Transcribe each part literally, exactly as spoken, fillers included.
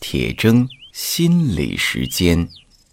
铁铮心理时间。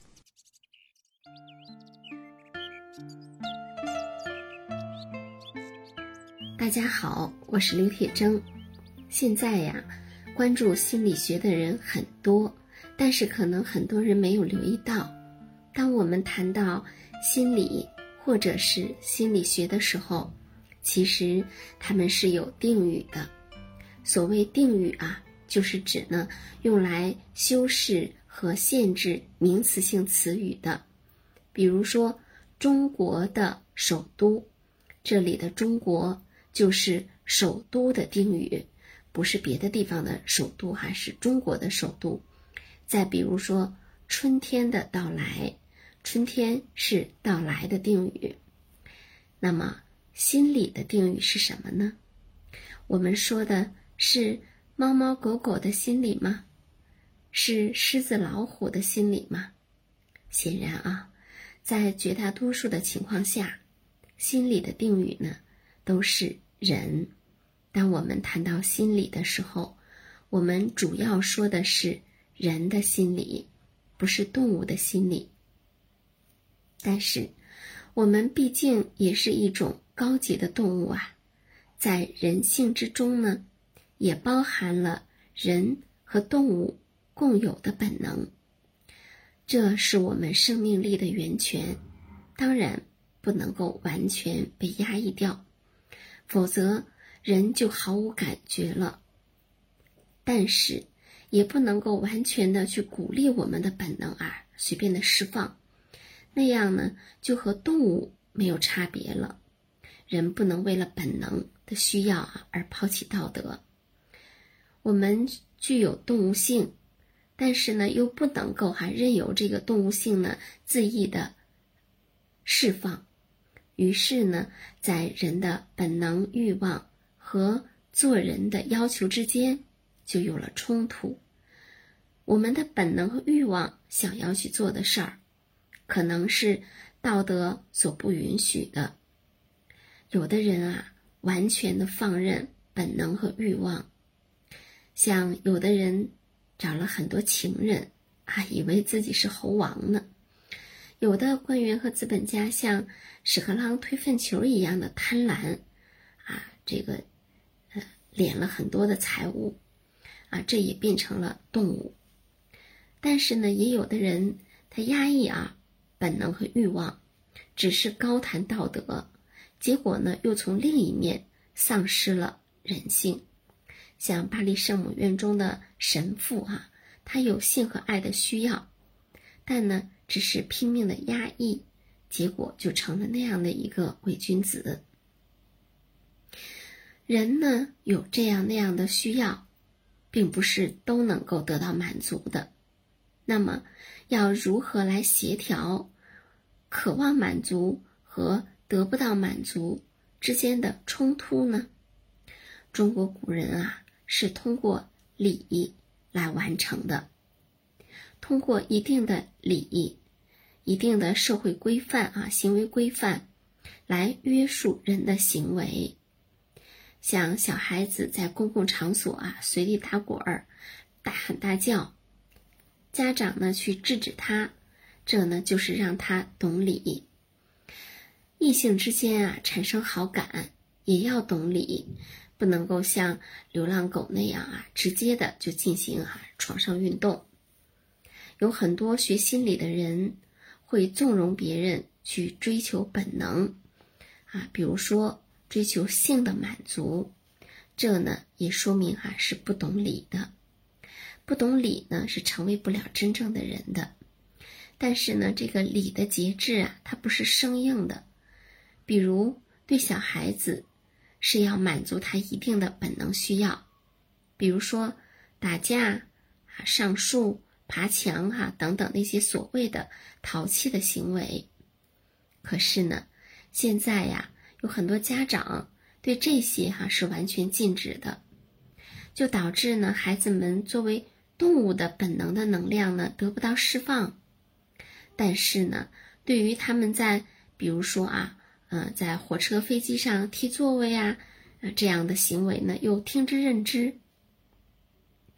大家好，我是刘铁铮。现在呀，关注心理学的人很多，但是可能很多人没有留意到，当我们谈到心理或者是心理学的时候，其实它们是有定语的。所谓定语啊，就是指呢用来修饰和限制名词性词语的。比如说中国的首都，这里的中国就是首都的定语，不是别的地方的首都，还是中国的首都。再比如说春天的到来，春天是到来的定语。那么心理的定语是什么呢？我们说的是猫猫狗狗的心理吗？是狮子老虎的心理吗？显然啊，在绝大多数的情况下，心理的定语呢都是人。当我们谈到心理的时候，我们主要说的是人的心理，不是动物的心理。但是我们毕竟也是一种高级的动物啊，在人性之中呢，也包含了人和动物共有的本能。这是我们生命力的源泉，当然不能够完全被压抑掉，否则人就毫无感觉了。但是也不能够完全的去鼓励我们的本能啊，随便的释放，那样呢就和动物没有差别了。人不能为了本能的需要啊而抛弃道德。我们具有动物性，但是呢又不能够还任由这个动物性呢恣意的释放。于是呢，在人的本能欲望和做人的要求之间就有了冲突。我们的本能和欲望想要去做的事儿，可能是道德所不允许的。有的人啊，完全的放任本能和欲望，像有的人找了很多情人啊，以为自己是猴王呢。有的官员和资本家像屎壳郎推粪球一样的贪婪啊，这个呃敛了很多的财物啊，这也变成了动物。但是呢，也有的人他压抑啊本能和欲望，只是高谈道德，结果呢又从另一面丧失了人性。像巴黎圣母院中的神父啊，他有性和爱的需要，但呢只是拼命的压抑，结果就成了那样的一个伪君子。人呢有这样那样的需要，并不是都能够得到满足的。那么要如何来协调渴望满足和得不到满足之间的冲突呢？中国古人啊是通过礼来完成的，通过一定的礼、一定的社会规范啊、行为规范来约束人的行为。像小孩子在公共场所啊随地打滚儿、大喊大叫，家长呢去制止他，这呢就是让他懂礼。异性之间啊产生好感也要懂礼，不能够像流浪狗那样啊直接的就进行啊床上运动。有很多学心理的人会纵容别人去追求本能啊，比如说追求性的满足，这呢也说明啊是不懂礼的。不懂礼呢是成为不了真正的人的。但是呢这个礼的节制啊它不是生硬的，比如对小孩子是要满足他一定的本能需要，比如说打架啊、上树、爬墙哈、啊、等等那些所谓的淘气的行为。可是呢现在呀有很多家长对这些哈、啊、是完全禁止的，就导致呢孩子们作为动物的本能的能量呢得不到释放。但是呢对于他们在比如说啊呃在火车飞机上踢座位啊、呃、这样的行为呢又听之任之。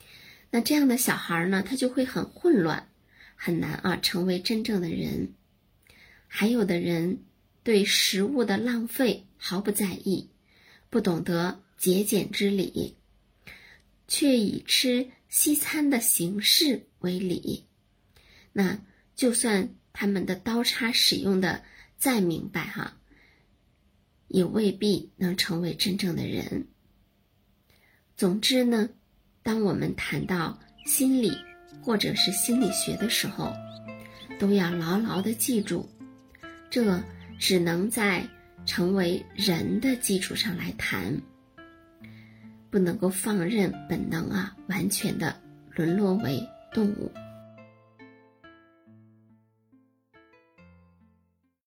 那这样的小孩呢，他就会很混乱，很难啊成为真正的人。还有的人对食物的浪费毫不在意，不懂得节俭之理，却以吃西餐的形式为礼。那就算他们的刀叉使用的再明白哈，也未必能成为真正的人。总之呢，当我们谈到心理或者是心理学的时候，都要牢牢地记住，这只能在成为人的基础上来谈，不能够放任本能啊完全的沦落为动物。